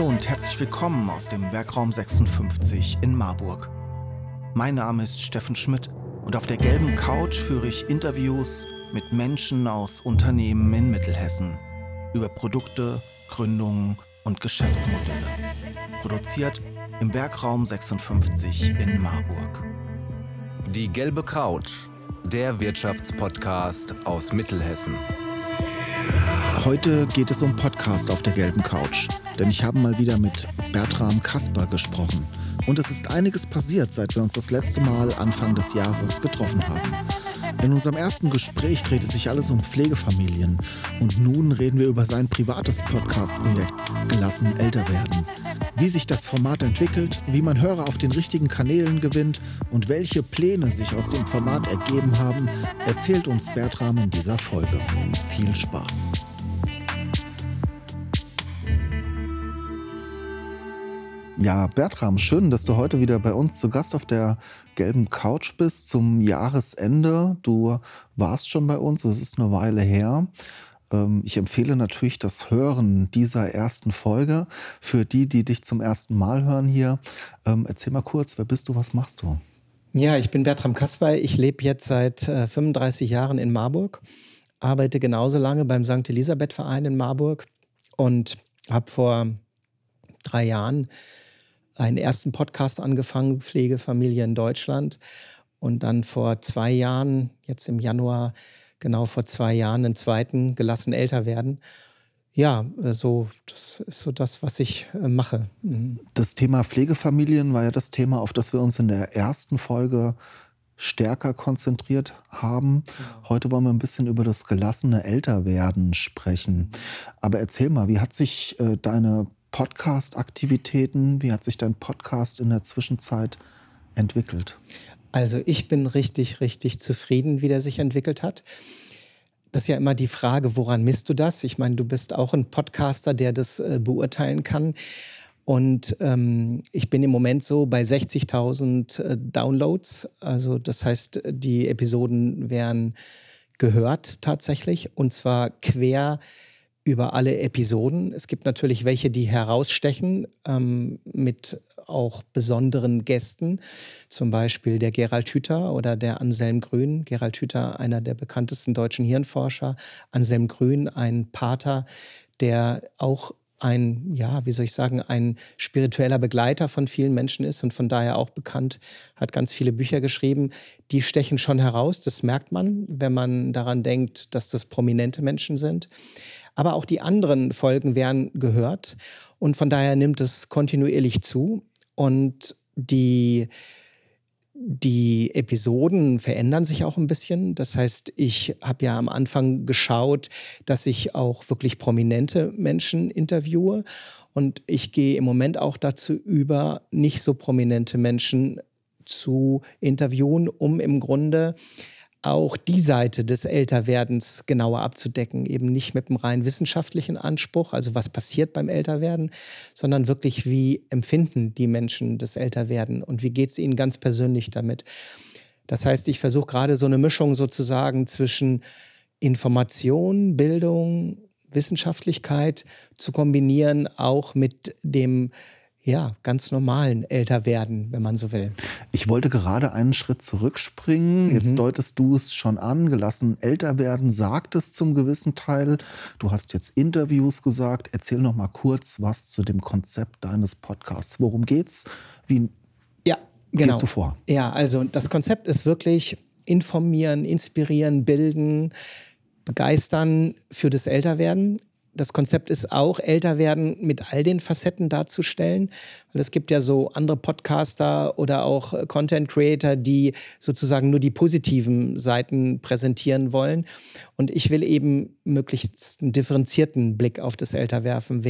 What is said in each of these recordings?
Hallo und herzlich willkommen aus dem Werkraum 56 in Marburg. Mein Name ist Steffen Schmidt und auf der gelben Couch führe ich Interviews mit Menschen aus Unternehmen in Mittelhessen über Produkte, Gründungen und Geschäftsmodelle. Produziert im Werkraum 56 in Marburg. Die gelbe Couch, der Wirtschaftspodcast aus Mittelhessen. Heute geht es um Podcast auf der gelben Couch, denn ich habe mal wieder mit Bertram Kasper gesprochen. Und es ist einiges passiert, seit wir uns das letzte Mal Anfang des Jahres getroffen haben. In unserem ersten Gespräch drehte sich alles um Pflegefamilien. Und nun reden wir über sein privates Podcast-Projekt Gelassen älter werden. Wie sich das Format entwickelt, wie man Hörer auf den richtigen Kanälen gewinnt und welche Pläne sich aus dem Format ergeben haben, erzählt uns Bertram in dieser Folge. Viel Spaß! Ja, Bertram, schön, dass du heute wieder bei uns zu Gast auf der gelben Couch bist zum Jahresende. Du warst schon bei uns, es ist eine Weile her. Ich empfehle natürlich das Hören dieser ersten Folge für die dich zum ersten Mal hören hier. Erzähl mal kurz, wer bist du, was machst du? Ja, ich bin Bertram Kasper. Ich lebe jetzt seit 35 Jahren in Marburg, arbeite genauso lange beim St. Elisabeth-Verein in Marburg und habe vor 3 Jahren einen ersten Podcast angefangen, Pflegefamilie in Deutschland. Und dann vor 2 Jahren, jetzt im Januar, genau vor 2 Jahren, einen zweiten, Gelassen älter werden. Ja, so, das ist so das, was ich mache. Das Thema Pflegefamilien war ja das Thema, auf das wir uns in der ersten Folge stärker konzentriert haben. Genau. Heute wollen wir ein bisschen über das gelassene Älterwerden sprechen. Aber erzähl mal, wie hat sich deine Podcast-Aktivitäten, wie hat sich dein Podcast in der Zwischenzeit entwickelt? Also ich bin richtig, richtig zufrieden, wie der sich entwickelt hat. Das ist ja immer die Frage, woran misst du das? Ich meine, du bist auch ein Podcaster, der das beurteilen kann. Und ich bin im Moment so bei 60.000 Downloads. Also das heißt, die Episoden werden gehört tatsächlich und zwar quer über alle Episoden. Es gibt natürlich welche, die herausstechen, mit auch besonderen Gästen. Zum Beispiel der Gerald Hüther oder der Anselm Grün. Gerald Hüther, einer der bekanntesten deutschen Hirnforscher. Anselm Grün, ein Pater, der auch ein spiritueller Begleiter von vielen Menschen ist und von daher auch bekannt, hat ganz viele Bücher geschrieben. Die stechen schon heraus, das merkt man, wenn man daran denkt, dass das prominente Menschen sind. Aber auch die anderen Folgen werden gehört und von daher nimmt es kontinuierlich zu und die Episoden verändern sich auch ein bisschen. Das heißt, ich habe ja am Anfang geschaut, dass ich auch wirklich prominente Menschen interviewe und ich gehe im Moment auch dazu über, nicht so prominente Menschen zu interviewen, um im Grunde auch die Seite des Älterwerdens genauer abzudecken, eben nicht mit einem rein wissenschaftlichen Anspruch, also was passiert beim Älterwerden, sondern wirklich, wie empfinden die Menschen das Älterwerden und wie geht es ihnen ganz persönlich damit. Das heißt, ich versuche gerade so eine Mischung sozusagen zwischen Information, Bildung, Wissenschaftlichkeit zu kombinieren, auch mit dem ganz normalen Älterwerden, wenn man so will. Ich wollte gerade einen Schritt zurückspringen. Jetzt deutest du es schon an. Gelassen älter werden sagt es zum gewissen Teil. Du hast jetzt Interviews gesagt. Erzähl noch mal kurz was zu dem Konzept deines Podcasts. Worum geht's? Wie gehst du vor? Ja, also das Konzept ist wirklich informieren, inspirieren, bilden, begeistern für das Älterwerden. Das Konzept ist auch, Älterwerden mit all den Facetten darzustellen. Weil es gibt ja so andere Podcaster oder auch Content Creator, die sozusagen nur die positiven Seiten präsentieren wollen. Und ich will eben möglichst einen differenzierten Blick auf das Älterwerden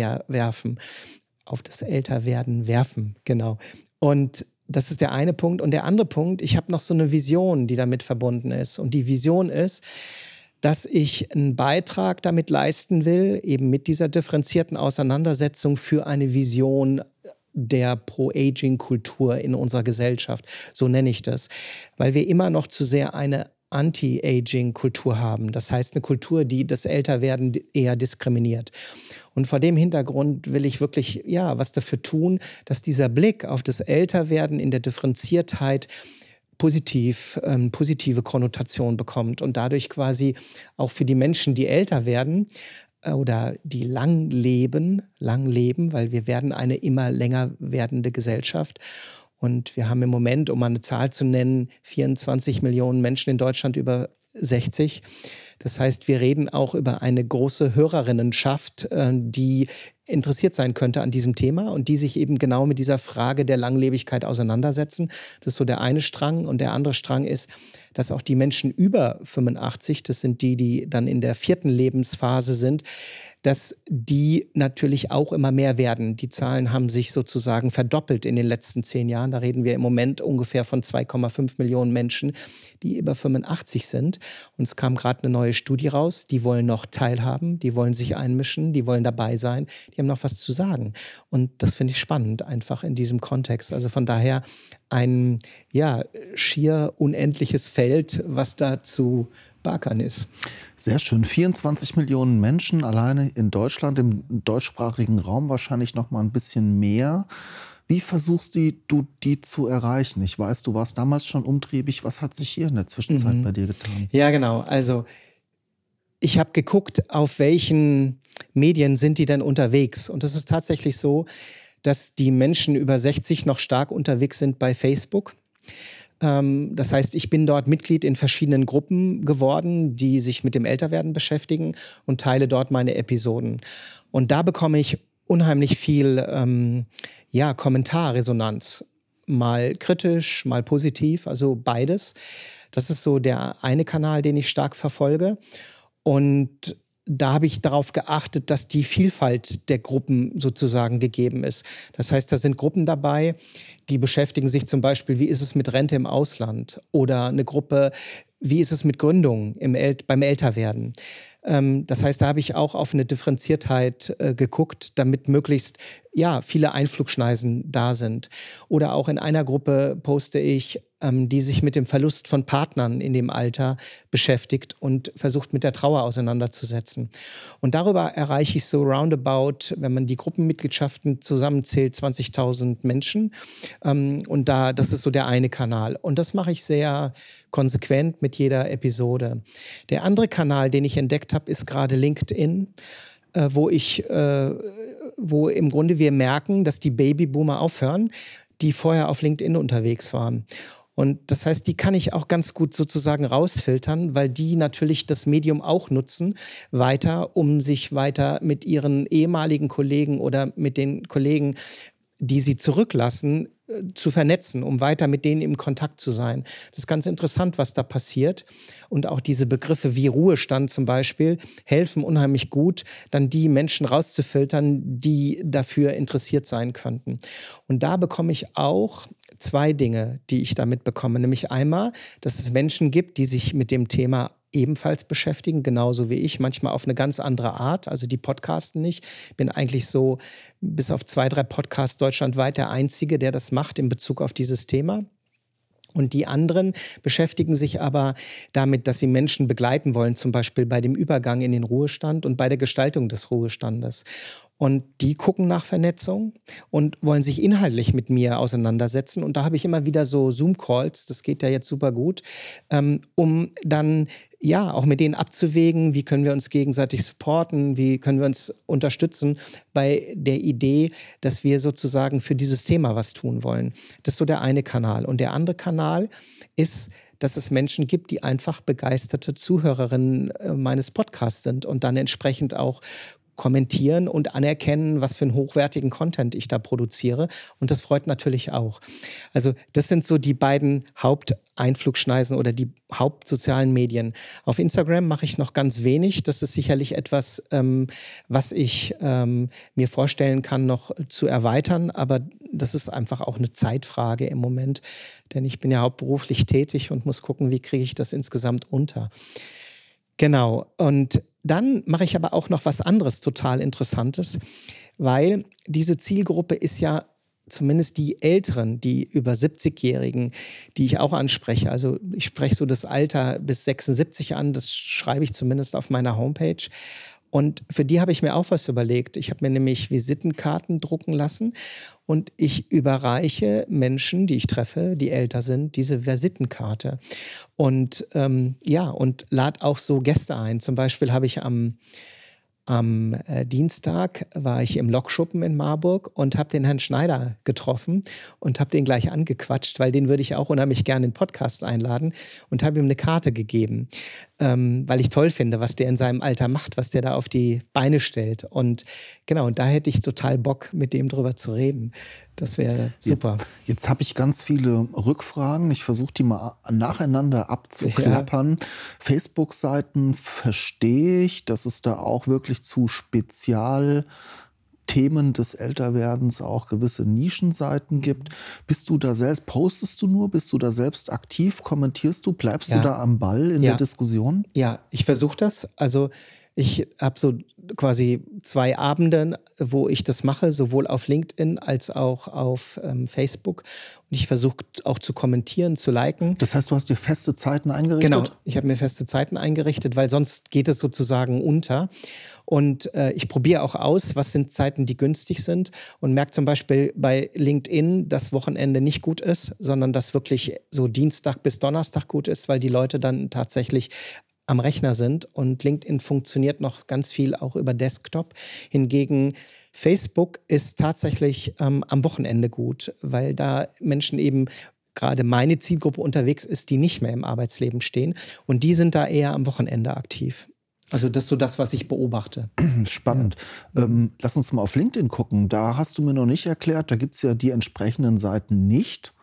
werfen, genau. Und das ist der eine Punkt. Und der andere Punkt, ich habe noch so eine Vision, die damit verbunden ist. Und die Vision ist, dass ich einen Beitrag damit leisten will, eben mit dieser differenzierten Auseinandersetzung für eine Vision der Pro-Aging-Kultur in unserer Gesellschaft. So nenne ich das. Weil wir immer noch zu sehr eine Anti-Aging-Kultur haben. Das heißt, eine Kultur, die das Älterwerden eher diskriminiert. Und vor dem Hintergrund will ich wirklich, ja, was dafür tun, dass dieser Blick auf das Älterwerden in der Differenziertheit positive Konnotation bekommt und dadurch quasi auch für die Menschen, die älter werden oder die lang leben, weil wir werden eine immer länger werdende Gesellschaft. Und wir haben im Moment, um mal eine Zahl zu nennen, 24 Millionen Menschen in Deutschland über 60. Das heißt, wir reden auch über eine große Hörerinnenschaft, die interessiert sein könnte an diesem Thema und die sich eben genau mit dieser Frage der Langlebigkeit auseinandersetzen. Das ist so der eine Strang. Und der andere Strang ist, dass auch die Menschen über 85, das sind die, die dann in der 4. Lebensphase sind, dass die natürlich auch immer mehr werden. Die Zahlen haben sich sozusagen verdoppelt in den letzten 10 Jahren. Da reden wir im Moment ungefähr von 2,5 Millionen Menschen, die über 85 sind. Und es kam gerade eine neue Studie raus. Die wollen noch teilhaben, die wollen sich einmischen, die wollen dabei sein, die haben noch was zu sagen. Und das finde ich spannend, einfach in diesem Kontext. Also von daher ein schier unendliches Feld, was da zu beackern ist. Sehr schön. 24 Millionen Menschen alleine in Deutschland, im deutschsprachigen Raum wahrscheinlich noch mal ein bisschen mehr. Wie versuchst du die zu erreichen? Ich weiß, du warst damals schon umtriebig. Was hat sich hier in der Zwischenzeit bei dir getan? Ja, genau. Also ich habe geguckt, auf welchen Medien sind die denn unterwegs. Und es ist tatsächlich so, dass die Menschen über 60 noch stark unterwegs sind bei Facebook. Das heißt, ich bin dort Mitglied in verschiedenen Gruppen geworden, die sich mit dem Älterwerden beschäftigen und teile dort meine Episoden. Und da bekomme ich unheimlich viel Kommentarresonanz. Mal kritisch, mal positiv, also beides. Das ist so der eine Kanal, den ich stark verfolge. Und da habe ich darauf geachtet, dass die Vielfalt der Gruppen sozusagen gegeben ist. Das heißt, da sind Gruppen dabei, die beschäftigen sich zum Beispiel, wie ist es mit Rente im Ausland? Oder eine Gruppe, wie ist es mit Gründung beim Älterwerden? Das heißt, da habe ich auch auf eine Differenziertheit geguckt, damit möglichst viele Einflugschneisen da sind. Oder auch in einer Gruppe poste ich, die sich mit dem Verlust von Partnern in dem Alter beschäftigt und versucht, mit der Trauer auseinanderzusetzen. Und darüber erreiche ich so roundabout, wenn man die Gruppenmitgliedschaften zusammenzählt, 20.000 Menschen. Und das ist so der eine Kanal. Und das mache ich sehr konsequent mit jeder Episode. Der andere Kanal, den ich entdeckt habe, ist gerade LinkedIn, wo im Grunde wir merken, dass die Babyboomer aufhören, die vorher auf LinkedIn unterwegs waren. Und das heißt, die kann ich auch ganz gut sozusagen rausfiltern, weil die natürlich das Medium auch nutzen, um sich weiter mit ihren ehemaligen Kollegen oder mit den Kollegen, die sie zurücklassen, zu vernetzen, um weiter mit denen im Kontakt zu sein. Das ist ganz interessant, was da passiert. Und auch diese Begriffe wie Ruhestand zum Beispiel helfen unheimlich gut, dann die Menschen rauszufiltern, die dafür interessiert sein könnten. Und da bekomme ich auch 2 Dinge, die ich damit bekomme. Nämlich einmal, dass es Menschen gibt, die sich mit dem Thema ebenfalls beschäftigen, genauso wie ich, manchmal auf eine ganz andere Art. Also die podcasten nicht. Ich bin eigentlich so bis auf 2, 3 Podcasts deutschlandweit der Einzige, der das macht in Bezug auf dieses Thema. Und die anderen beschäftigen sich aber damit, dass sie Menschen begleiten wollen, zum Beispiel bei dem Übergang in den Ruhestand und bei der Gestaltung des Ruhestandes. Und die gucken nach Vernetzung und wollen sich inhaltlich mit mir auseinandersetzen. Und da habe ich immer wieder so Zoom-Calls, das geht ja jetzt super gut, um dann auch mit denen abzuwägen, wie können wir uns gegenseitig supporten, wie können wir uns unterstützen bei der Idee, dass wir sozusagen für dieses Thema was tun wollen. Das ist so der eine Kanal. Und der andere Kanal ist, dass es Menschen gibt, die einfach begeisterte Zuhörerinnen meines Podcasts sind und dann entsprechend auch kommentieren und anerkennen, was für einen hochwertigen Content ich da produziere. Und das freut natürlich auch. Also das sind so die beiden Haupteinflugschneisen oder die hauptsozialen Medien. Auf Instagram mache ich noch ganz wenig. Das ist sicherlich etwas, was ich mir vorstellen kann, noch zu erweitern. Aber das ist einfach auch eine Zeitfrage im Moment. Denn ich bin ja hauptberuflich tätig und muss gucken, wie kriege ich das insgesamt unter. Genau. Und dann mache ich aber auch noch was anderes total Interessantes, weil diese Zielgruppe ist ja zumindest die Älteren, die über 70-Jährigen, die ich auch anspreche. Also ich spreche so das Alter bis 76 an, das schreibe ich zumindest auf meiner Homepage. Und für die habe ich mir auch was überlegt. Ich habe mir nämlich Visitenkarten drucken lassen und ich überreiche Menschen, die ich treffe, die älter sind, diese Visitenkarte. Und und lade auch so Gäste ein. Zum Beispiel habe ich am Dienstag war ich im Lokschuppen in Marburg und habe den Herrn Schneider getroffen und habe den gleich angequatscht, weil den würde ich auch unheimlich gerne in den Podcast einladen und habe ihm eine Karte gegeben, weil ich toll finde, was der in seinem Alter macht, was der da auf die Beine stellt. Und genau, und da hätte ich total Bock, mit dem drüber zu reden. Das wäre super. Jetzt habe ich ganz viele Rückfragen. Ich versuche die mal nacheinander abzuklappern. Ja. Facebook-Seiten verstehe ich, dass es da auch wirklich zu Spezialthemen des Älterwerdens auch gewisse Nischenseiten gibt. Bist du da selbst, postest du nur? Bist du da selbst aktiv? Kommentierst du? Bleibst du da am Ball in der Diskussion? Ja, ich versuche das. Also ich habe so quasi 2 Abende, wo ich das mache, sowohl auf LinkedIn als auch auf Facebook. Und ich versuche auch zu kommentieren, zu liken. Das heißt, du hast dir feste Zeiten eingerichtet? Genau, ich habe mir feste Zeiten eingerichtet, weil sonst geht es sozusagen unter. Und ich probiere auch aus, was sind Zeiten, die günstig sind und merke zum Beispiel bei LinkedIn, dass Wochenende nicht gut ist, sondern dass wirklich so Dienstag bis Donnerstag gut ist, weil die Leute dann tatsächlich am Rechner sind und LinkedIn funktioniert noch ganz viel auch über Desktop. Hingegen Facebook ist tatsächlich am Wochenende gut, weil da Menschen eben gerade meine Zielgruppe unterwegs ist, die nicht mehr im Arbeitsleben stehen und die sind da eher am Wochenende aktiv. Also das ist so das, was ich beobachte. Spannend. Ja. Lass uns mal auf LinkedIn gucken. Da hast du mir noch nicht erklärt, da gibt es ja die entsprechenden Seiten nicht.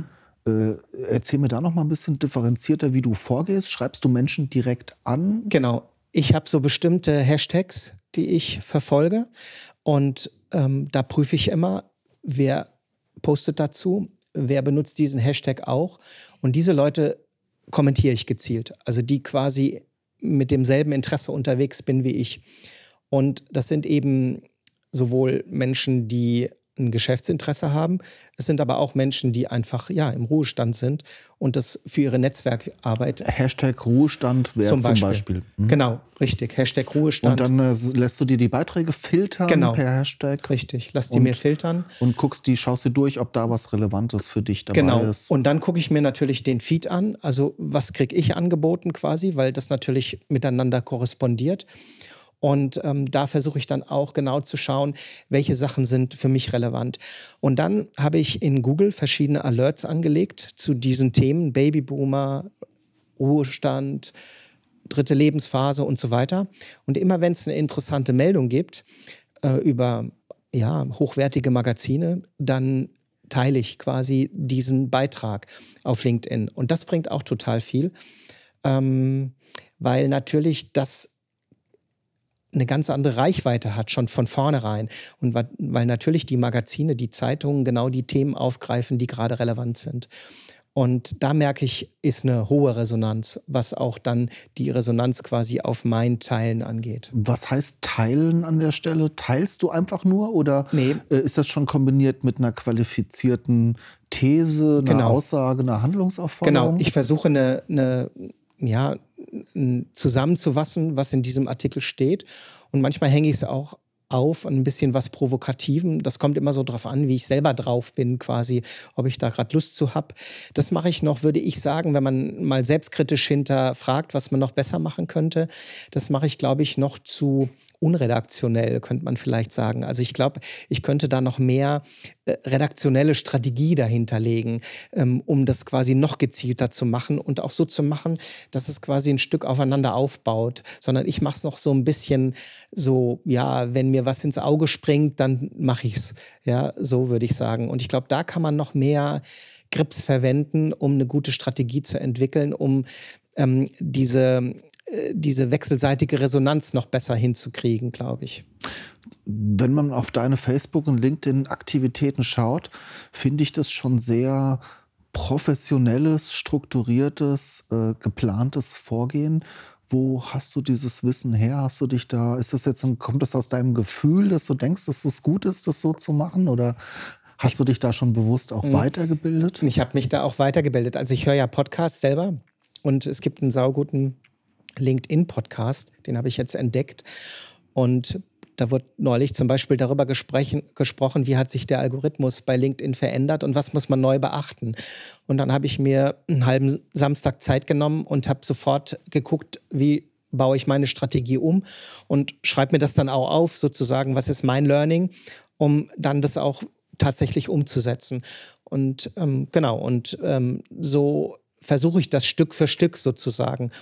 Erzähl mir da noch mal ein bisschen differenzierter, wie du vorgehst. Schreibst du Menschen direkt an? Genau. Ich habe so bestimmte Hashtags, die ich verfolge. Und da prüfe ich immer, wer postet dazu, wer benutzt diesen Hashtag auch. Und diese Leute kommentiere ich gezielt. Also die quasi mit demselben Interesse unterwegs bin wie ich. Und das sind eben sowohl Menschen, die ein Geschäftsinteresse haben. Es sind aber auch Menschen, die einfach im Ruhestand sind und das für ihre Netzwerkarbeit. Hashtag Ruhestand wäre zum Beispiel. Genau, richtig. Hashtag Ruhestand. Und dann lässt du dir die Beiträge filtern per Hashtag. Richtig, lass die mir filtern. Und schaust dir durch, ob da was Relevantes für dich dabei ist. Und dann gucke ich mir natürlich den Feed an. Also was kriege ich angeboten quasi, weil das natürlich miteinander korrespondiert. Und da versuche ich dann auch genau zu schauen, welche Sachen sind für mich relevant. Und dann habe ich in Google verschiedene Alerts angelegt zu diesen Themen, Babyboomer, Ruhestand, 3. Lebensphase und so weiter. Und immer wenn es eine interessante Meldung gibt über hochwertige Magazine, dann teile ich quasi diesen Beitrag auf LinkedIn. Und das bringt auch total viel, weil natürlich das eine ganz andere Reichweite hat, schon von vornherein. Und weil natürlich die Magazine, die Zeitungen genau die Themen aufgreifen, die gerade relevant sind. Und da merke ich, ist eine hohe Resonanz, was auch dann die Resonanz quasi auf mein Teilen angeht. Was heißt Teilen an der Stelle? Teilst du einfach nur oder ist das schon kombiniert mit einer qualifizierten These, einer Aussage, einer Handlungsaufforderung? Genau, ich versuche zusammenzufassen, was in diesem Artikel steht. Und manchmal hänge ich es auch auf, ein bisschen was Provokativen. Das kommt immer so drauf an, wie ich selber drauf bin, quasi, ob ich da gerade Lust zu habe. Das mache ich noch, würde ich sagen, wenn man mal selbstkritisch hinterfragt, was man noch besser machen könnte. Das mache ich, glaube ich, noch zu unredaktionell, könnte man vielleicht sagen. Also ich glaube, ich könnte da noch mehr redaktionelle Strategie dahinter legen, um das quasi noch gezielter zu machen und auch so zu machen, dass es quasi ein Stück aufeinander aufbaut. Sondern ich mache es noch so ein bisschen so, wenn mir was ins Auge springt, dann mache ich es. Ja, so würde ich sagen. Und ich glaube, da kann man noch mehr Grips verwenden, um eine gute Strategie zu entwickeln, um diese wechselseitige Resonanz noch besser hinzukriegen, glaube ich. Wenn man auf deine Facebook- und LinkedIn-Aktivitäten schaut, finde ich das schon sehr professionelles, strukturiertes, geplantes Vorgehen. Wo hast du dieses Wissen her? Hast du dich da, kommt das aus deinem Gefühl, dass du denkst, dass es gut ist, das so zu machen? Oder hast du dich da schon bewusst auch weitergebildet? Ich habe mich da auch weitergebildet. Also ich höre ja Podcasts selber und es gibt einen sauguten LinkedIn-Podcast, den habe ich jetzt entdeckt. Und da wird neulich zum Beispiel darüber gesprochen, wie hat sich der Algorithmus bei LinkedIn verändert und was muss man neu beachten. Und dann habe ich mir einen halben Samstag Zeit genommen und habe sofort geguckt, wie baue ich meine Strategie um und schreibe mir das dann auch auf, sozusagen, was ist mein Learning, um dann das auch tatsächlich umzusetzen. Und so versuche ich das Stück für Stück sozusagen.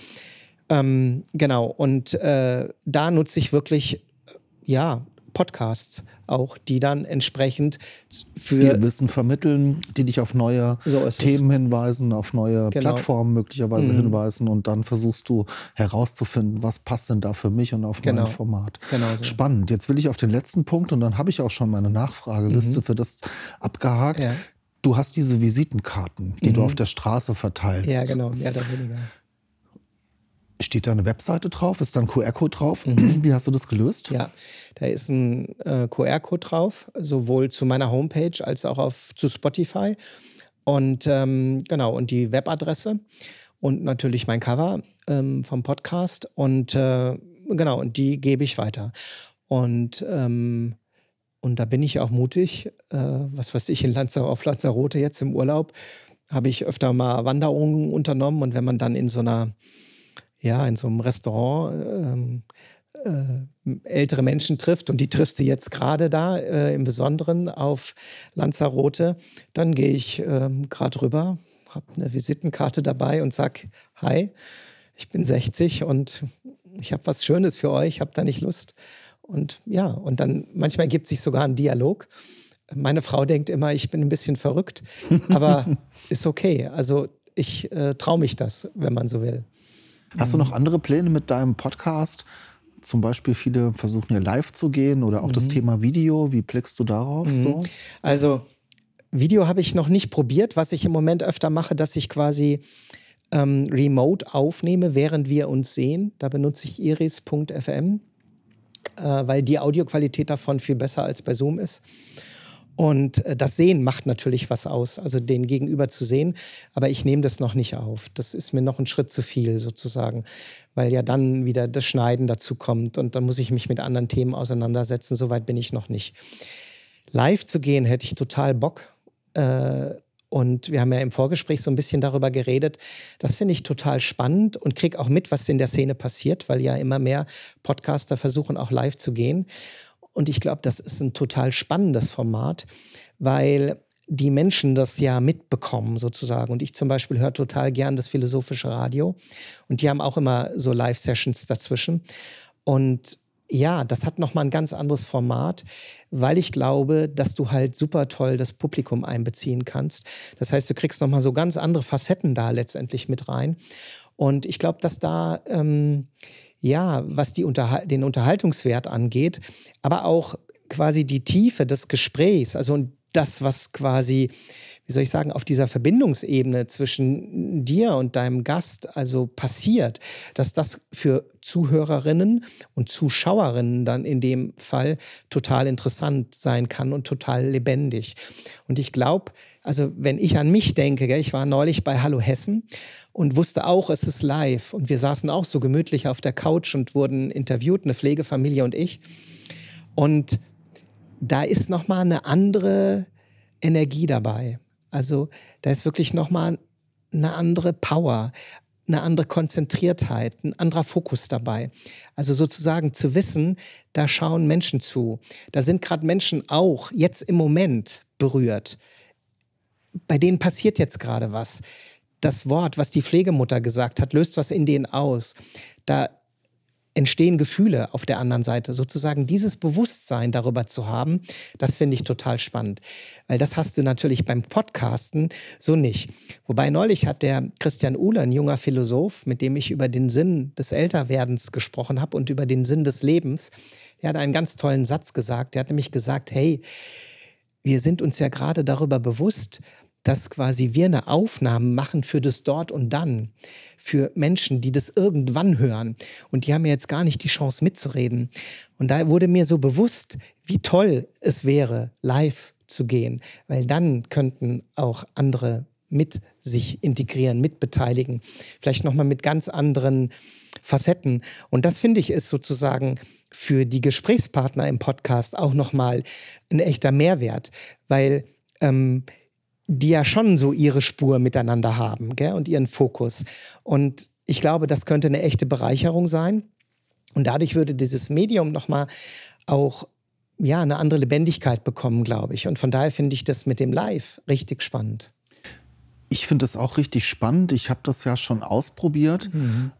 Und da nutze ich wirklich Podcasts auch, die dann entsprechend für Wissen vermitteln, die dich auf neue Themen hinweisen, auf neue Plattformen möglicherweise hinweisen, und dann versuchst du herauszufinden, was passt denn da für mich und auf mein Format. Genau so. Spannend. Jetzt will ich auf den letzten Punkt, und dann habe ich auch schon meine Nachfrageliste für das abgehakt. Ja. Du hast diese Visitenkarten, die du auf der Straße verteilst. Ja, genau, mehr oder weniger. Steht da eine Webseite drauf? Ist da ein QR-Code drauf? Wie hast du das gelöst? Ja, da ist ein QR-Code drauf, sowohl zu meiner Homepage als auch zu Spotify. Und und die Webadresse und natürlich mein Cover vom Podcast. Und und die gebe ich weiter. Und da bin ich auch mutig. Was weiß ich, auf Lanzarote jetzt im Urlaub habe ich öfter mal Wanderungen unternommen. Und wenn man dann in so einem Restaurant ältere Menschen trifft, und die triffst du jetzt gerade da, im Besonderen auf Lanzarote, dann gehe ich gerade rüber, habe eine Visitenkarte dabei und sag: Hi, ich bin 60 und ich habe was Schönes für euch, habt da nicht Lust? Und und dann manchmal gibt sich sogar ein Dialog. Meine Frau denkt immer, ich bin ein bisschen verrückt, aber ist okay. Also ich traue mich das, wenn man so will. Hast du noch andere Pläne mit deinem Podcast? Zum Beispiel, viele versuchen hier live zu gehen, oder auch das Thema Video. Wie blickst du darauf so? Also Video habe ich noch nicht probiert. Was ich im Moment öfter mache, dass ich quasi remote aufnehme, während wir uns sehen. Da benutze ich iris.fm, weil die Audioqualität davon viel besser als bei Zoom ist. Und das Sehen macht natürlich was aus, also den Gegenüber zu sehen. Aber ich nehme das noch nicht auf. Das ist mir noch ein Schritt zu viel sozusagen, weil ja dann wieder das Schneiden dazu kommt und dann muss ich mich mit anderen Themen auseinandersetzen. Soweit bin ich noch nicht. Live zu gehen hätte ich total Bock. Und wir haben ja im Vorgespräch so ein bisschen darüber geredet. Das finde ich total spannend und kriege auch mit, was in der Szene passiert, weil ja immer mehr Podcaster versuchen, auch live zu gehen. Und ich glaube, das ist ein total spannendes Format, weil die Menschen das ja mitbekommen sozusagen. Und ich zum Beispiel höre total gern das Philosophische Radio. Und die haben auch immer so Live-Sessions dazwischen. Und ja, das hat nochmal ein ganz anderes Format, weil ich glaube, dass du halt super toll das Publikum einbeziehen kannst. Das heißt, du kriegst nochmal so ganz andere Facetten da letztendlich mit rein. Und ich glaube, dass da was den Unterhaltungswert angeht, aber auch quasi die Tiefe des Gesprächs, also das, was quasi, wie soll ich sagen, auf dieser Verbindungsebene zwischen dir und deinem Gast also passiert, dass das für Zuhörerinnen und Zuschauerinnen dann in dem Fall total interessant sein kann und total lebendig. Und ich glaube, also wenn ich an mich denke, ich war neulich bei Hallo Hessen und wusste auch, es ist live. Und wir saßen auch so gemütlich auf der Couch und wurden interviewt, eine Pflegefamilie und ich. Und da ist nochmal eine andere Energie dabei. Also da ist wirklich nochmal eine andere Power, eine andere Konzentriertheit, ein anderer Fokus dabei. Also sozusagen zu wissen, da schauen Menschen zu. Da sind gerade Menschen auch jetzt im Moment berührt. Bei denen passiert jetzt gerade was. Das Wort, was die Pflegemutter gesagt hat, löst was in denen aus. Da entstehen Gefühle auf der anderen Seite. Sozusagen dieses Bewusstsein darüber zu haben, das finde ich total spannend. Weil das hast du natürlich beim Podcasten so nicht. Wobei neulich hat der Christian Uhle, ein junger Philosoph, mit dem ich über den Sinn des Älterwerdens gesprochen habe und über den Sinn des Lebens, der hat einen ganz tollen Satz gesagt. Der hat nämlich gesagt, hey, wir sind uns ja gerade darüber bewusst, dass quasi wir eine Aufnahme machen für das Dort und Dann, für Menschen, die das irgendwann hören. Und die haben ja jetzt gar nicht die Chance mitzureden. Und da wurde mir so bewusst, wie toll es wäre, live zu gehen, weil dann könnten auch andere mit sich integrieren, mitbeteiligen, vielleicht nochmal mit ganz anderen Facetten. Und das finde ich ist sozusagen für die Gesprächspartner im Podcast auch nochmal ein echter Mehrwert, weil die ja schon so ihre Spur miteinander haben, gell? Und ihren Fokus. Und ich glaube, das könnte eine echte Bereicherung sein. Und dadurch würde dieses Medium nochmal auch eine andere Lebendigkeit bekommen, glaube ich. Und von daher finde ich das mit dem Live richtig spannend. Ich finde das auch richtig spannend. Ich habe das ja schon ausprobiert.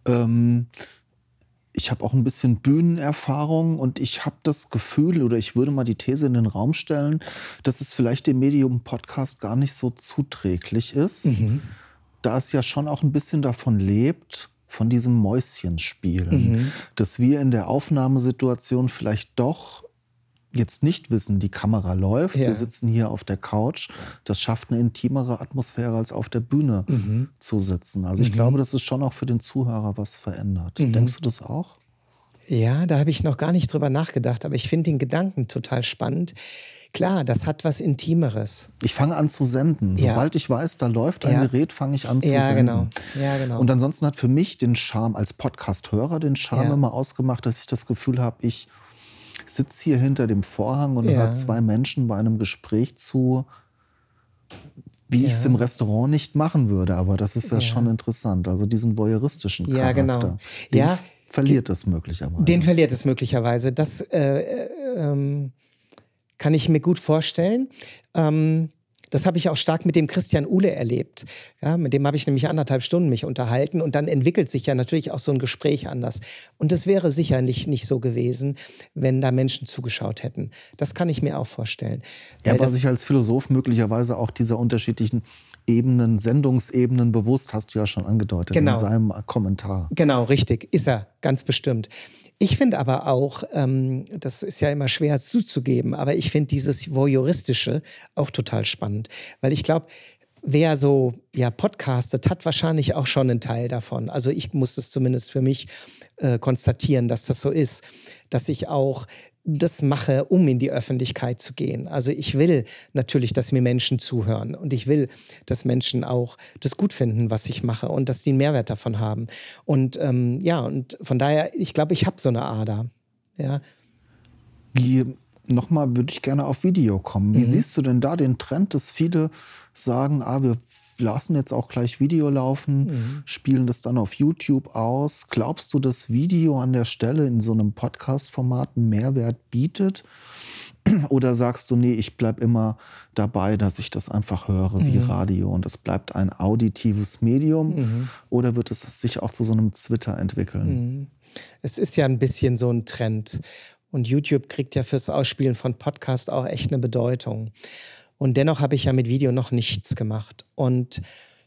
Ich habe auch ein bisschen Bühnenerfahrung und ich habe das Gefühl, oder ich würde mal die These in den Raum stellen, dass es vielleicht dem Medium Podcast gar nicht so zuträglich ist, da es ja schon auch ein bisschen davon lebt, von diesem Mäuschenspielen, dass wir in der Aufnahmesituation vielleicht doch jetzt nicht wissen, die Kamera läuft, wir sitzen hier auf der Couch, das schafft eine intimere Atmosphäre, als auf der Bühne zu sitzen. Also ich glaube, dass es schon auch für den Zuhörer was verändert. Denkst du das auch? Ja, da habe ich noch gar nicht drüber nachgedacht, aber ich finde den Gedanken total spannend. Klar, das hat was Intimeres. Ich fange an zu senden. Sobald ich weiß, da läuft ein Gerät, fange ich an zu senden. Genau. Ja, genau. Und ansonsten hat für mich den Charme als Podcast-Hörer immer ausgemacht, dass ich das Gefühl habe, ich sitze hier hinter dem Vorhang und höre zwei Menschen bei einem Gespräch zu, wie ich es im Restaurant nicht machen würde. Aber das ist ja schon interessant. Also diesen voyeuristischen Charakter. Ja, genau. Den verliert es möglicherweise. Den verliert es möglicherweise. Das kann ich mir gut vorstellen. Das habe ich auch stark mit dem Christian Uhle erlebt. Ja, mit dem habe ich nämlich 1,5 Stunden mich unterhalten und dann entwickelt sich ja natürlich auch so ein Gespräch anders. Und das wäre sicherlich nicht so gewesen, wenn da Menschen zugeschaut hätten. Das kann ich mir auch vorstellen. Er war sich als Philosoph möglicherweise auch dieser unterschiedlichen Ebenen, Sendungsebenen bewusst, hast du ja schon angedeutet in seinem Kommentar. Genau, richtig, ist er, ganz bestimmt. Ich finde aber auch, das ist ja immer schwer zuzugeben, aber ich finde dieses Voyeuristische auch total spannend. Weil ich glaube, wer so podcastet, hat wahrscheinlich auch schon einen Teil davon. Also ich muss es zumindest für mich konstatieren, dass das so ist. Dass ich auch das mache, um in die Öffentlichkeit zu gehen. Also ich will natürlich, dass mir Menschen zuhören und ich will, dass Menschen auch das gut finden, was ich mache und dass die einen Mehrwert davon haben. Und und von daher, ich glaube, ich habe so eine Ader. Ja. Nochmal würde ich gerne auf Video kommen. Wie siehst du denn da den Trend, dass viele sagen, wir lassen jetzt auch gleich Video laufen, spielen das dann auf YouTube aus? Glaubst du, dass Video an der Stelle in so einem Podcast-Format einen Mehrwert bietet? Oder sagst du, nee, ich bleibe immer dabei, dass ich das einfach höre wie Radio und es bleibt ein auditives Medium? Oder wird es sich auch zu so einem Twitter entwickeln? Es ist ja ein bisschen so ein Trend. Und YouTube kriegt ja fürs Ausspielen von Podcasts auch echt eine Bedeutung. Und dennoch habe ich ja mit Video noch nichts gemacht. Und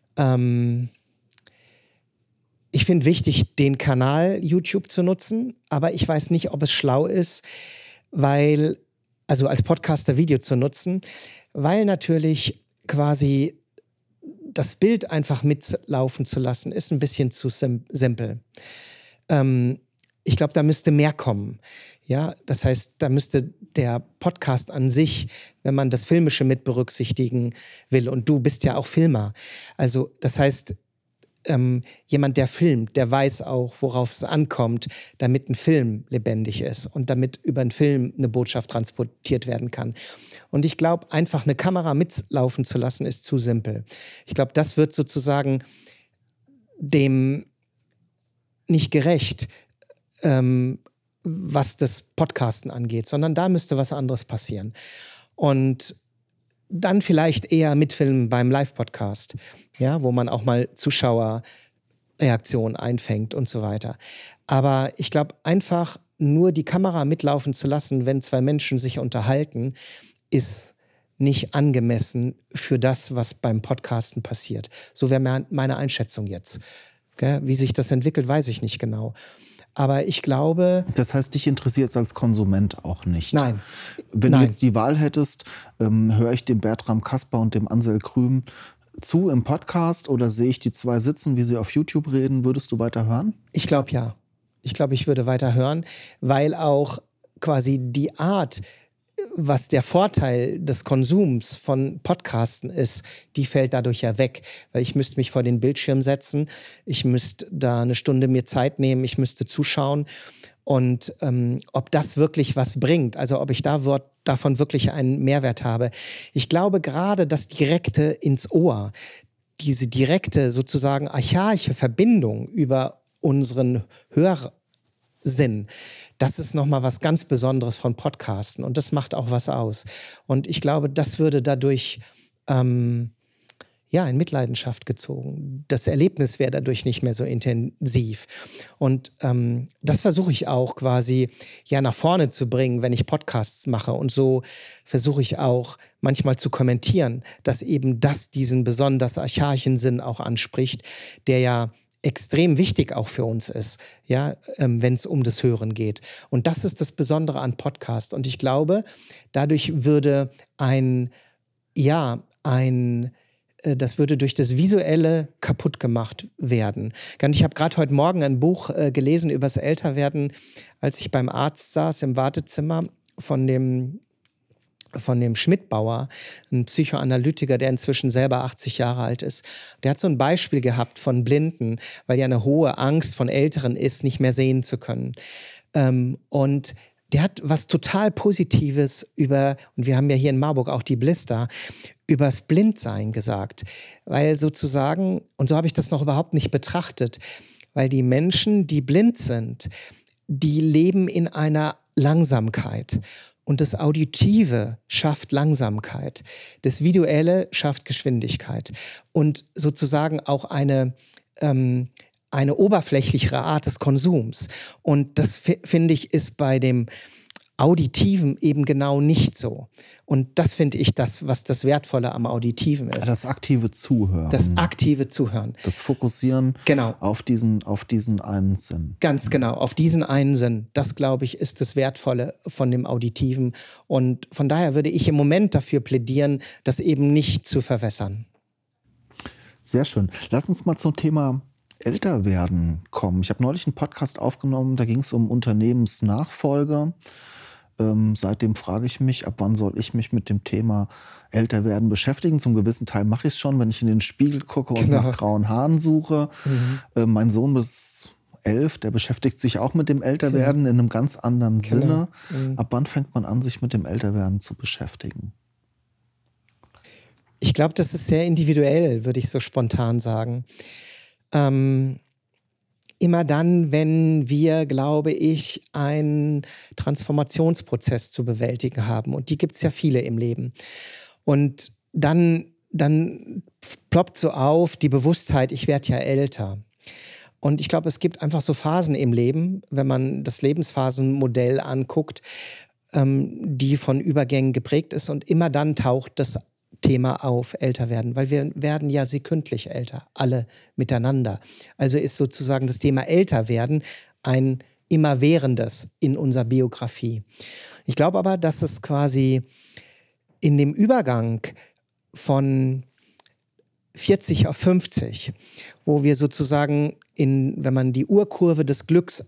ich finde wichtig, den Kanal YouTube zu nutzen. Aber ich weiß nicht, ob es schlau ist, also als Podcaster Video zu nutzen, weil natürlich quasi das Bild einfach mitlaufen zu lassen, ist ein bisschen zu simpel. Ich glaube, da müsste mehr kommen. Ja, das heißt, da müsste der Podcast an sich, wenn man das Filmische mit berücksichtigen will, und du bist ja auch Filmer. Also das heißt, jemand, der filmt, der weiß auch, worauf es ankommt, damit ein Film lebendig ist und damit über einen Film eine Botschaft transportiert werden kann. Und ich glaube, einfach eine Kamera mitlaufen zu lassen, ist zu simpel. Ich glaube, das wird sozusagen dem nicht gerecht, was das Podcasten angeht, sondern da müsste was anderes passieren. Und dann vielleicht eher mitfilmen beim Live-Podcast, ja, wo man auch mal Zuschauerreaktionen einfängt und so weiter. Aber ich glaube, einfach nur die Kamera mitlaufen zu lassen, wenn zwei Menschen sich unterhalten, ist nicht angemessen für das, was beim Podcasten passiert. So wäre meine Einschätzung jetzt. Okay? Wie sich das entwickelt, weiß ich nicht genau. Aber ich glaube... Das heißt, dich interessiert es als Konsument auch nicht? Nein. Wenn du jetzt die Wahl hättest, höre ich dem Bertram Kasper und dem Ansel Krüm zu im Podcast oder sehe ich die zwei sitzen, wie sie auf YouTube reden, würdest du weiter hören? Ich glaube ja. Ich glaube, ich würde weiter hören, weil auch quasi die Art, was der Vorteil des Konsums von Podcasten ist, die fällt dadurch ja weg. Weil ich müsste mich vor den Bildschirm setzen, ich müsste da eine Stunde mir Zeit nehmen, ich müsste zuschauen. Und ob das wirklich was bringt, also ob ich davon wirklich einen Mehrwert habe. Ich glaube gerade das direkte ins Ohr, diese direkte sozusagen archaische Verbindung über unseren Hörsinn, das ist nochmal was ganz Besonderes von Podcasten und das macht auch was aus. Und ich glaube, das würde dadurch in Mitleidenschaft gezogen. Das Erlebnis wäre dadurch nicht mehr so intensiv. Und das versuche ich auch quasi nach vorne zu bringen, wenn ich Podcasts mache. Und so versuche ich auch manchmal zu kommentieren, dass eben das diesen besonders archaischen Sinn auch anspricht, der ja extrem wichtig auch für uns ist, wenn es um das Hören geht. Und das ist das Besondere an Podcast. Und ich glaube, dadurch würde das würde durch das Visuelle kaputt gemacht werden. Ich habe gerade heute Morgen ein Buch gelesen über das Älterwerden, als ich beim Arzt saß im Wartezimmer von dem Schmidbauer, ein Psychoanalytiker, der inzwischen selber 80 Jahre alt ist. Der hat so ein Beispiel gehabt von Blinden, weil ja eine hohe Angst von Älteren ist, nicht mehr sehen zu können. Und der hat was total Positives und wir haben ja hier in Marburg auch die Blister, übers Blindsein gesagt. Weil sozusagen, und so habe ich das noch überhaupt nicht betrachtet, weil die Menschen, die blind sind, die leben in einer Langsamkeit. Und das Auditive schafft Langsamkeit. Das Visuelle schafft Geschwindigkeit. Und sozusagen auch eine oberflächlichere Art des Konsums. Und das, finde ich, ist bei dem Auditiven eben genau nicht so. Und das finde ich was das Wertvolle am Auditiven ist. Das aktive Zuhören. Das aktive Zuhören. Das Fokussieren auf diesen einen Sinn. Ganz genau, auf diesen einen Sinn. Das, glaube ich, ist das Wertvolle von dem Auditiven. Und von daher würde ich im Moment dafür plädieren, das eben nicht zu verwässern. Sehr schön. Lass uns mal zum Thema Älterwerden kommen. Ich habe neulich einen Podcast aufgenommen, da ging es um Unternehmensnachfolge. Seitdem frage ich mich, ab wann soll ich mich mit dem Thema Älterwerden beschäftigen? Zum gewissen Teil mache ich es schon, wenn ich in den Spiegel gucke und nach grauen Haaren suche. Mein Sohn bis 11, der beschäftigt sich auch mit dem Älterwerden in einem ganz anderen Sinne. Ab wann fängt man an, sich mit dem Älterwerden zu beschäftigen? Ich glaube, das ist sehr individuell, würde ich so spontan sagen. Immer dann, wenn wir, glaube ich, einen Transformationsprozess zu bewältigen haben. Und die gibt es ja viele im Leben. Und dann ploppt so auf die Bewusstheit, ich werde ja älter. Und ich glaube, es gibt einfach so Phasen im Leben, wenn man das Lebensphasenmodell anguckt, die von Übergängen geprägt ist. Und immer dann taucht das Thema auf, älter werden, weil wir werden ja sekündlich älter, alle miteinander. Also ist sozusagen das Thema älter werden ein immerwährendes in unserer Biografie. Ich glaube aber, dass es quasi in dem Übergang von 40 auf 50, wo wir sozusagen wenn man die U-Kurve des Glücks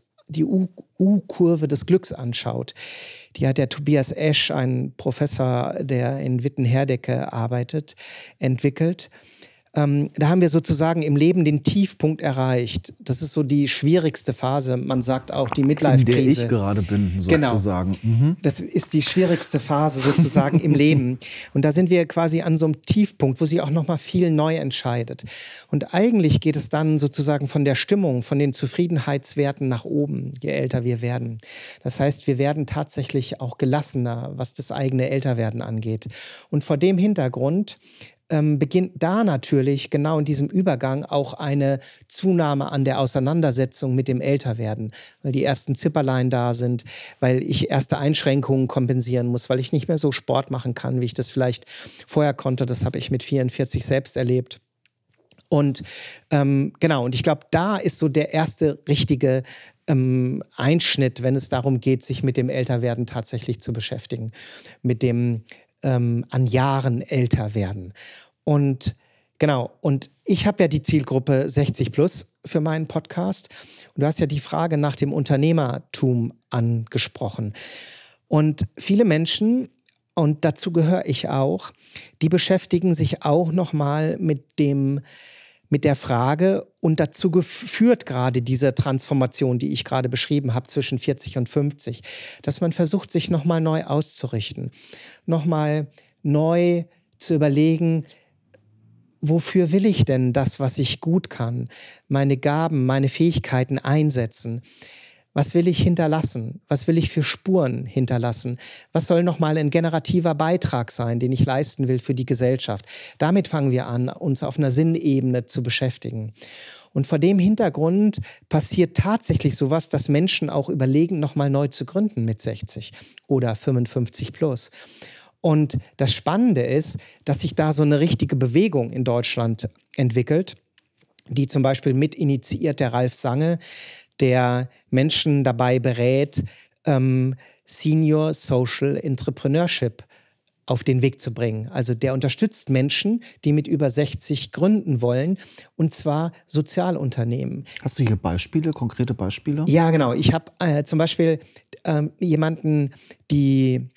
anschaut, die hat der Tobias Esch, ein Professor, der in Witten-Herdecke arbeitet, entwickelt. Da haben wir sozusagen im Leben den Tiefpunkt erreicht. Das ist so die schwierigste Phase. Man sagt auch die Midlife-Krise. In der ich gerade bin, sozusagen. Genau. Das ist die schwierigste Phase sozusagen im Leben. Und da sind wir quasi an so einem Tiefpunkt, wo sich auch noch mal viel neu entscheidet. Und eigentlich geht es dann sozusagen von der Stimmung, von den Zufriedenheitswerten nach oben, je älter wir werden. Das heißt, wir werden tatsächlich auch gelassener, was das eigene Älterwerden angeht. Und vor dem Hintergrund beginnt da natürlich genau in diesem Übergang auch eine Zunahme an der Auseinandersetzung mit dem Älterwerden, weil die ersten Zipperlein da sind, weil ich erste Einschränkungen kompensieren muss, weil ich nicht mehr so Sport machen kann, wie ich das vielleicht vorher konnte. Das habe ich mit 44 selbst erlebt. Und und ich glaube, da ist so der erste richtige Einschnitt, wenn es darum geht, sich mit dem Älterwerden tatsächlich zu beschäftigen, mit dem an Jahren älter werden. Und ich habe ja die Zielgruppe 60 plus für meinen Podcast. Und du hast ja die Frage nach dem Unternehmertum angesprochen. Und viele Menschen, und dazu gehöre ich auch, die beschäftigen sich auch nochmal mit dem mit der Frage und dazu geführt gerade diese Transformation, die ich gerade beschrieben habe, zwischen 40 und 50, dass man versucht, sich nochmal neu auszurichten, nochmal neu zu überlegen, wofür will ich denn das, was ich gut kann, meine Gaben, meine Fähigkeiten einsetzen? Was will ich hinterlassen? Was will ich für Spuren hinterlassen? Was soll nochmal ein generativer Beitrag sein, den ich leisten will für die Gesellschaft? Damit fangen wir an, uns auf einer Sinnebene zu beschäftigen. Und vor dem Hintergrund passiert tatsächlich sowas, dass Menschen auch überlegen, nochmal neu zu gründen mit 60 oder 55 plus. Und das Spannende ist, dass sich da so eine richtige Bewegung in Deutschland entwickelt, die zum Beispiel mit initiiert der Ralf Sange, der Menschen dabei berät, Senior Social Entrepreneurship auf den Weg zu bringen. Also der unterstützt Menschen, die mit über 60 gründen wollen, und zwar Sozialunternehmen. Hast du hier Beispiele, konkrete Beispiele? Ja, genau. Ich habe zum Beispiel jemanden, die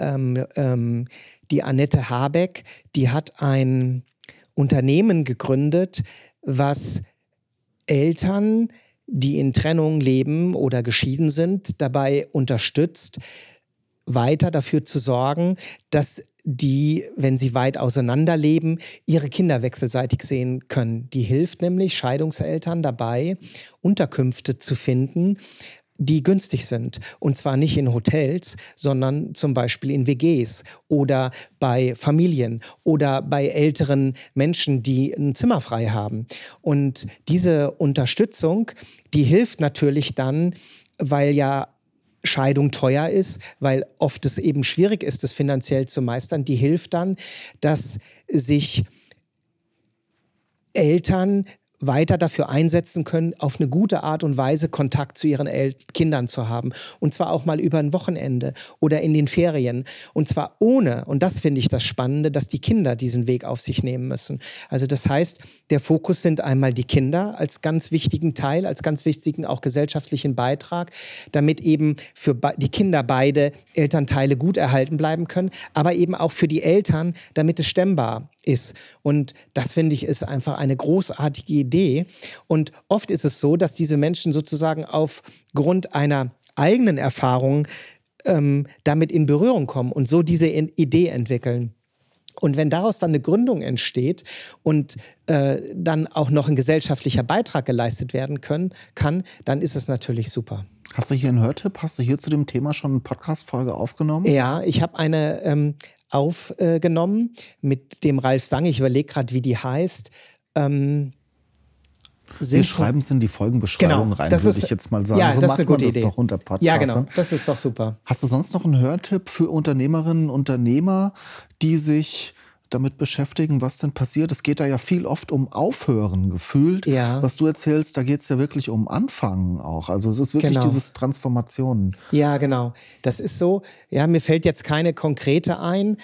Annette Habeck, die hat ein Unternehmen gegründet, was Eltern, die in Trennung leben oder geschieden sind, dabei unterstützt, weiter dafür zu sorgen, dass die, wenn sie weit auseinander leben, ihre Kinder wechselseitig sehen können. Die hilft nämlich Scheidungseltern dabei, Unterkünfte zu finden, die günstig sind. Und zwar nicht in Hotels, sondern zum Beispiel in WGs oder bei Familien oder bei älteren Menschen, die ein Zimmer frei haben. Und diese Unterstützung, die hilft natürlich dann, weil ja Scheidung teuer ist, weil oft es eben schwierig ist, das finanziell zu meistern, die hilft dann, dass sich Eltern weiter dafür einsetzen können, auf eine gute Art und Weise Kontakt zu ihren Kindern zu haben. Und zwar auch mal über ein Wochenende oder in den Ferien. Und zwar ohne, und das finde ich das Spannende, dass die Kinder diesen Weg auf sich nehmen müssen. Also das heißt, der Fokus sind einmal die Kinder als ganz wichtigen Teil, als ganz wichtigen auch gesellschaftlichen Beitrag, damit eben für die Kinder beide Elternteile gut erhalten bleiben können, aber eben auch für die Eltern, damit es stemmbar ist. Und das, finde ich, ist einfach eine großartige Idee. Und oft ist es so, dass diese Menschen sozusagen aufgrund einer eigenen Erfahrung damit in Berührung kommen und so diese Idee entwickeln. Und wenn daraus dann eine Gründung entsteht und dann auch noch ein gesellschaftlicher Beitrag geleistet werden kann, dann ist es natürlich super. Hast du hier einen Hörtipp? Hast du hier zu dem Thema schon eine Podcast-Folge aufgenommen? Ja, ich habe eine aufgenommen mit dem Ralf Sange. Ich überlege gerade, wie die heißt. Wir schreiben es in die Folgenbeschreibung rein, würde ich jetzt mal sagen. Ja, so das macht ist eine gute man das Idee. doch unter Podcastern. Ja, genau. Das ist doch super. Hast du sonst noch einen Hörtipp für Unternehmerinnen und Unternehmer, die sich damit beschäftigen, was denn passiert? Es geht da ja viel oft um Aufhören gefühlt. Ja. Was du erzählst, da geht es ja wirklich um Anfangen auch. Also es ist wirklich dieses Transformationen. Ja, genau. Das ist so. Ja, mir fällt jetzt keine konkrete ein.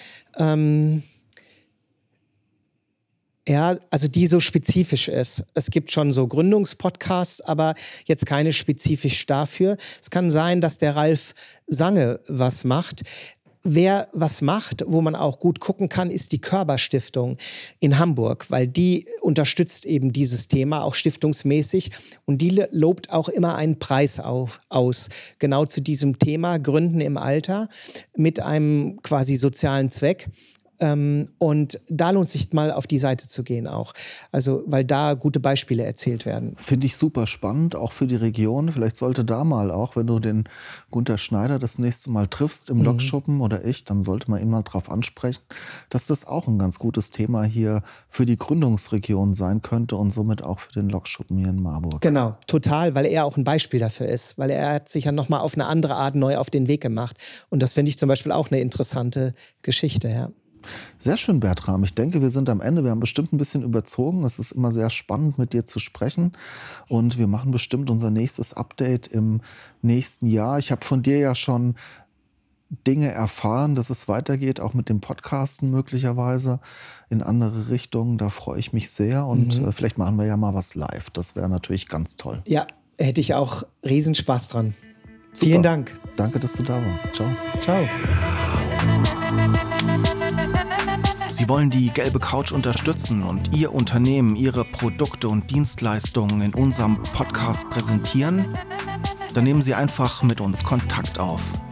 Ja, also die so spezifisch ist. Es gibt schon so Gründungspodcasts, aber jetzt keine spezifisch dafür. Es kann sein, dass der Ralf Sange was macht. Wer was macht, wo man auch gut gucken kann, ist die Körber-Stiftung in Hamburg, weil die unterstützt eben dieses Thema auch stiftungsmäßig und die lobt auch immer einen Preis aus, genau zu diesem Thema Gründen im Alter mit einem quasi sozialen Zweck. Und da lohnt sich mal auf die Seite zu gehen auch. Also, weil da gute Beispiele erzählt werden. Finde ich super spannend, auch für die Region. Vielleicht sollte da mal auch, wenn du den Gunther Schneider das nächste Mal triffst im Lokschuppen oder ich, dann sollte man ihn mal drauf ansprechen, dass das auch ein ganz gutes Thema hier für die Gründungsregion sein könnte und somit auch für den Lokschuppen hier in Marburg. Genau, total, weil er auch ein Beispiel dafür ist. Weil er hat sich ja nochmal auf eine andere Art neu auf den Weg gemacht. Und das finde ich zum Beispiel auch eine interessante Geschichte, ja. Sehr schön, Bertram. Ich denke, wir sind am Ende. Wir haben bestimmt ein bisschen überzogen. Es ist immer sehr spannend, mit dir zu sprechen. Und wir machen bestimmt unser nächstes Update im nächsten Jahr. Ich habe von dir ja schon Dinge erfahren, dass es weitergeht, auch mit dem Podcasten möglicherweise in andere Richtungen. Da freue ich mich sehr. Und vielleicht machen wir ja mal was live. Das wäre natürlich ganz toll. Ja, hätte ich auch Riesenspaß dran. Super. Vielen Dank. Danke, dass du da warst. Ciao. Ciao. Sie wollen die Gelbe Couch unterstützen und Ihr Unternehmen, Ihre Produkte und Dienstleistungen in unserem Podcast präsentieren? Dann nehmen Sie einfach mit uns Kontakt auf.